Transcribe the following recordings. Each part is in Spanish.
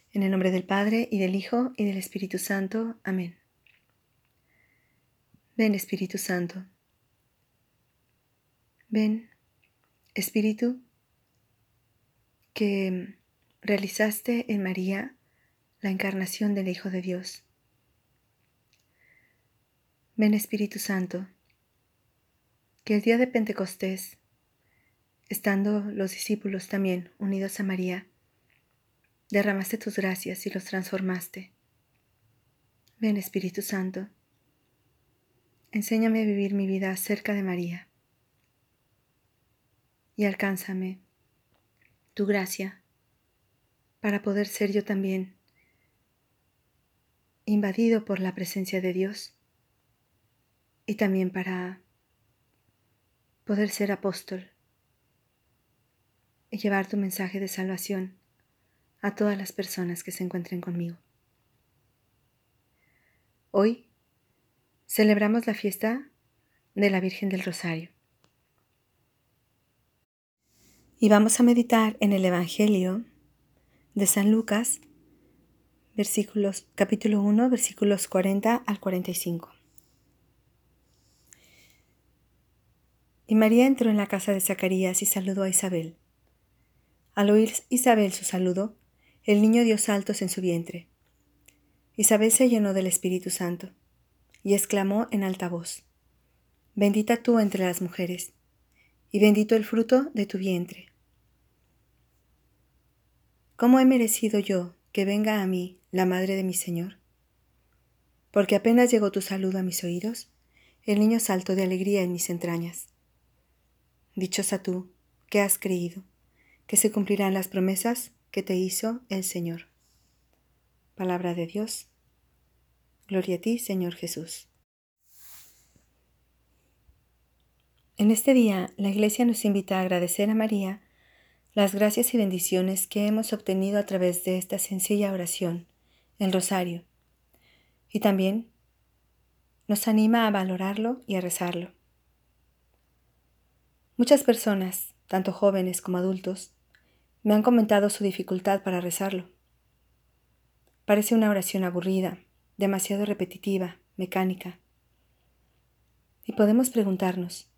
En el nombre del Padre, y del Hijo, y del Espíritu Santo. Amén. Ven, Espíritu Santo. Ven, Espíritu, que realizaste en María la encarnación del Hijo de Dios. Ven, Espíritu Santo, que el día de Pentecostés, estando los discípulos también unidos a María, derramaste tus gracias y los transformaste. Ven, Espíritu Santo, enséñame a vivir mi vida cerca de María y alcánzame tu gracia para poder ser yo también invadido por la presencia de Dios y también para poder ser apóstol y llevar tu mensaje de salvación a todas las personas que se encuentren conmigo. Hoy celebramos la fiesta de la Virgen del Rosario y vamos a meditar en el Evangelio de San Lucas, capítulo 1, versículos 40 al 45. Y María entró en la casa de Zacarías y saludó a Isabel. Al oír Isabel su saludo, el niño dio saltos en su vientre. Isabel se llenó del Espíritu Santo y exclamó en alta voz: Bendita tú entre las mujeres, y bendito el fruto de tu vientre. ¿Cómo he merecido yo que venga a mí la madre de mi Señor? Porque apenas llegó tu saludo a mis oídos, el niño saltó de alegría en mis entrañas. Dichosa tú, que has creído, que se cumplirán las promesas que te hizo el Señor. Palabra de Dios. Gloria a ti, Señor Jesús. En este día, la Iglesia nos invita a agradecer a María las gracias y bendiciones que hemos obtenido a través de esta sencilla oración, el Rosario, y también nos anima a valorarlo y a rezarlo. Muchas personas, tanto jóvenes como adultos, me han comentado su dificultad para rezarlo. Parece una oración aburrida, demasiado repetitiva, mecánica. Y podemos preguntarnos,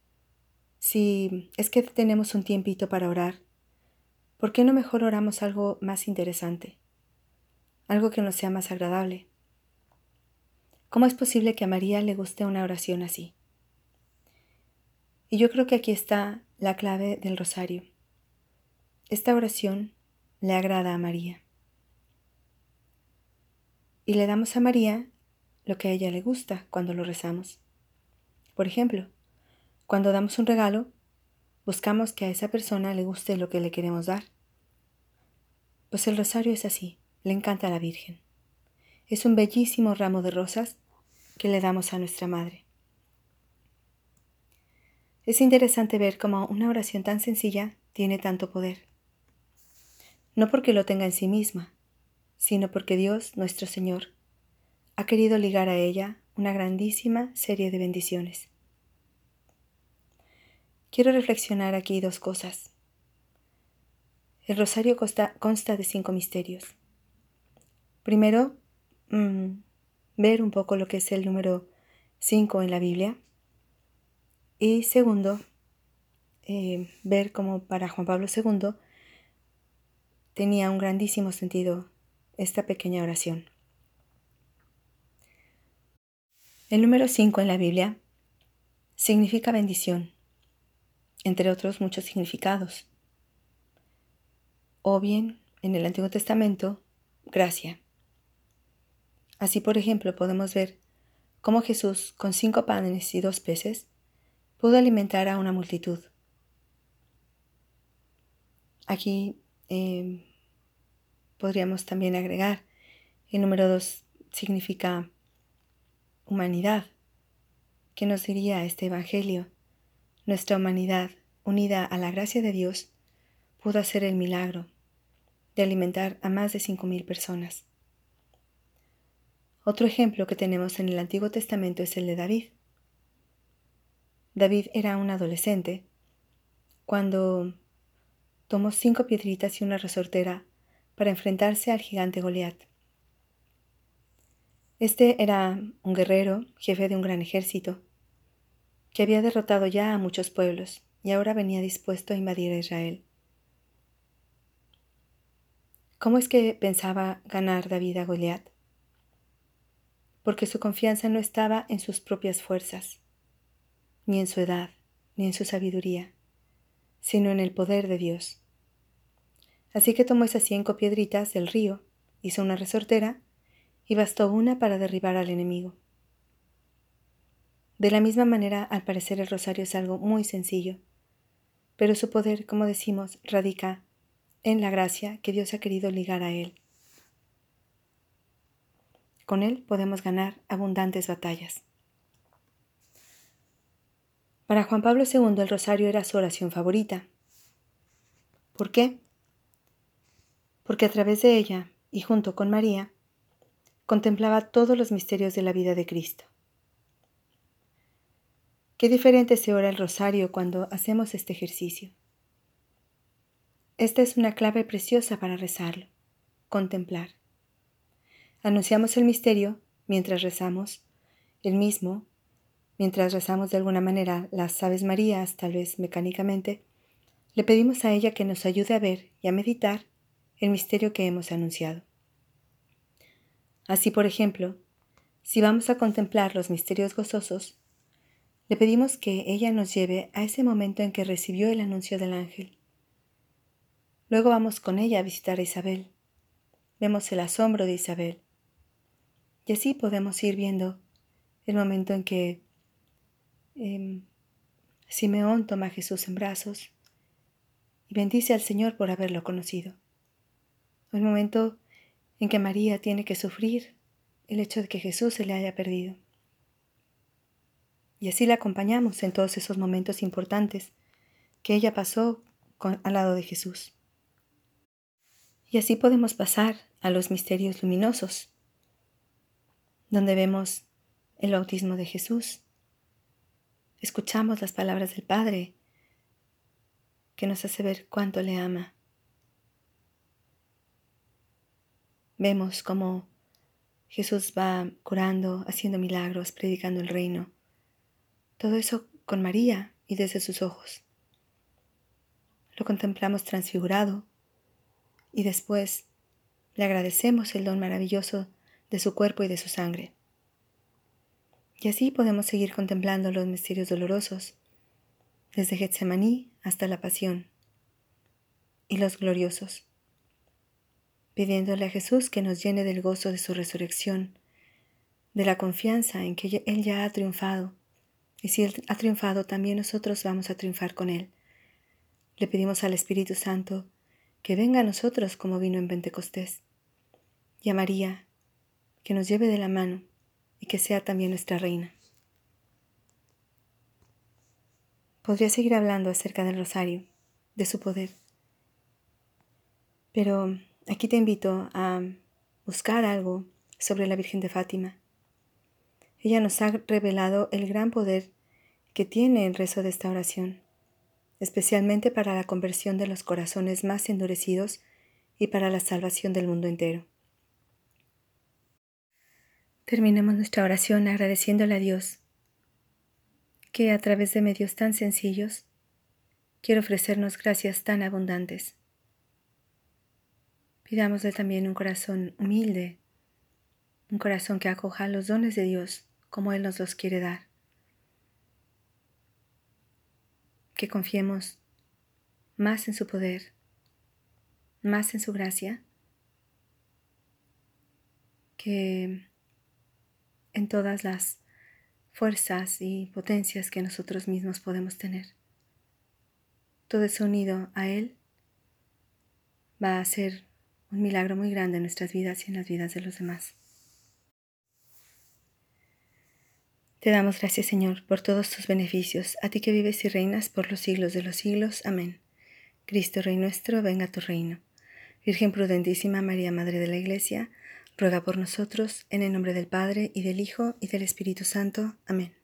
si es que tenemos un tiempito para orar, ¿por qué no mejor oramos algo más interesante? Algo que nos sea más agradable. ¿Cómo es posible que a María le guste una oración así? Y yo creo que aquí está la clave del rosario. Esta oración le agrada a María. Y le damos a María lo que a ella le gusta cuando lo rezamos. Por ejemplo, cuando damos un regalo, buscamos que a esa persona le guste lo que le queremos dar. Pues el rosario es así, le encanta a la Virgen. Es un bellísimo ramo de rosas que le damos a nuestra Madre. Es interesante ver cómo una oración tan sencilla tiene tanto poder. No porque lo tenga en sí misma, sino porque Dios, nuestro Señor, ha querido ligar a ella una grandísima serie de bendiciones. Quiero reflexionar aquí dos cosas. El rosario consta de 5 misterios. Primero, ver un poco lo que es el número 5 en la Biblia. Y segundo, ver cómo para Juan Pablo II tenía un grandísimo sentido esta pequeña oración. El número 5 en la Biblia significa bendición, entre otros muchos significados. O bien, en el Antiguo Testamento, gracia. Así, por ejemplo, podemos ver cómo Jesús, con 5 panes y 2 peces, pudo alimentar a una multitud. Aquí podríamos también agregar, el número 2 significa humanidad. ¿Qué nos diría este Evangelio? Nuestra humanidad, unida a la gracia de Dios, pudo hacer el milagro de alimentar a más de 5,000 personas. Otro ejemplo que tenemos en el Antiguo Testamento es el de David. David era un adolescente cuando tomó 5 piedritas y una resortera para enfrentarse al gigante Goliat. Este era un guerrero, jefe de un gran ejército, que había derrotado ya a muchos pueblos y ahora venía dispuesto a invadir a Israel. ¿Cómo es que pensaba ganar David a Goliat? Porque su confianza no estaba en sus propias fuerzas, ni en su edad, ni en su sabiduría, sino en el poder de Dios. Así que tomó esas 5 piedritas del río, hizo una resortera y bastó una para derribar al enemigo. De la misma manera, al parecer el rosario es algo muy sencillo, pero su poder, como decimos, radica en la gracia que Dios ha querido ligar a él. Con él podemos ganar abundantes batallas. Para Juan Pablo II el rosario era su oración favorita. ¿Por qué? Porque a través de ella, y junto con María, contemplaba todos los misterios de la vida de Cristo. Qué diferente se ora el rosario cuando hacemos este ejercicio. Esta es una clave preciosa para rezarlo, contemplar. Anunciamos el misterio mientras rezamos, el mismo, mientras rezamos de alguna manera las Aves Marías, tal vez mecánicamente, le pedimos a ella que nos ayude a ver y a meditar el misterio que hemos anunciado. Así, por ejemplo, si vamos a contemplar los misterios gozosos, le pedimos que ella nos lleve a ese momento en que recibió el anuncio del ángel. Luego vamos con ella a visitar a Isabel. Vemos el asombro de Isabel. Y así podemos ir viendo el momento en que Simeón toma a Jesús en brazos y bendice al Señor por haberlo conocido. El momento en que María tiene que sufrir el hecho de que Jesús se le haya perdido. Y así la acompañamos en todos esos momentos importantes que ella pasó al lado de Jesús. Y así podemos pasar a los misterios luminosos, donde vemos el bautismo de Jesús. Escuchamos las palabras del Padre, que nos hace ver cuánto le ama. Vemos cómo Jesús va curando, haciendo milagros, predicando el reino. Todo eso con María y desde sus ojos. Lo contemplamos transfigurado y después le agradecemos el don maravilloso de su cuerpo y de su sangre. Y así podemos seguir contemplando los misterios dolorosos, desde Getsemaní hasta la pasión, y los gloriosos, pidiéndole a Jesús que nos llene del gozo de su resurrección, de la confianza en que Él ya ha triunfado, y si Él ha triunfado, también nosotros vamos a triunfar con Él. Le pedimos al Espíritu Santo que venga a nosotros como vino en Pentecostés, y a María, que nos lleve de la mano y que sea también nuestra reina. Podría seguir hablando acerca del rosario, de su poder, pero aquí te invito a buscar algo sobre la Virgen de Fátima. Ella nos ha revelado el gran poder que tiene el rezo de esta oración, especialmente para la conversión de los corazones más endurecidos y para la salvación del mundo entero. Terminemos nuestra oración agradeciéndole a Dios que a través de medios tan sencillos quiere ofrecernos gracias tan abundantes. Pidámosle también un corazón humilde, un corazón que acoja los dones de Dios como Él nos los quiere dar. Que confiemos más en su poder, más en su gracia, que en todas las fuerzas y potencias que nosotros mismos podemos tener. Todo eso unido a Él va a ser un milagro muy grande en nuestras vidas y en las vidas de los demás. Te damos gracias, Señor, por todos tus beneficios, a ti que vives y reinas por los siglos de los siglos. Amén. Cristo, Rey nuestro, venga a tu reino. Virgen prudentísima María, Madre de la Iglesia, ruega por nosotros, en el nombre del Padre, y del Hijo, y del Espíritu Santo. Amén.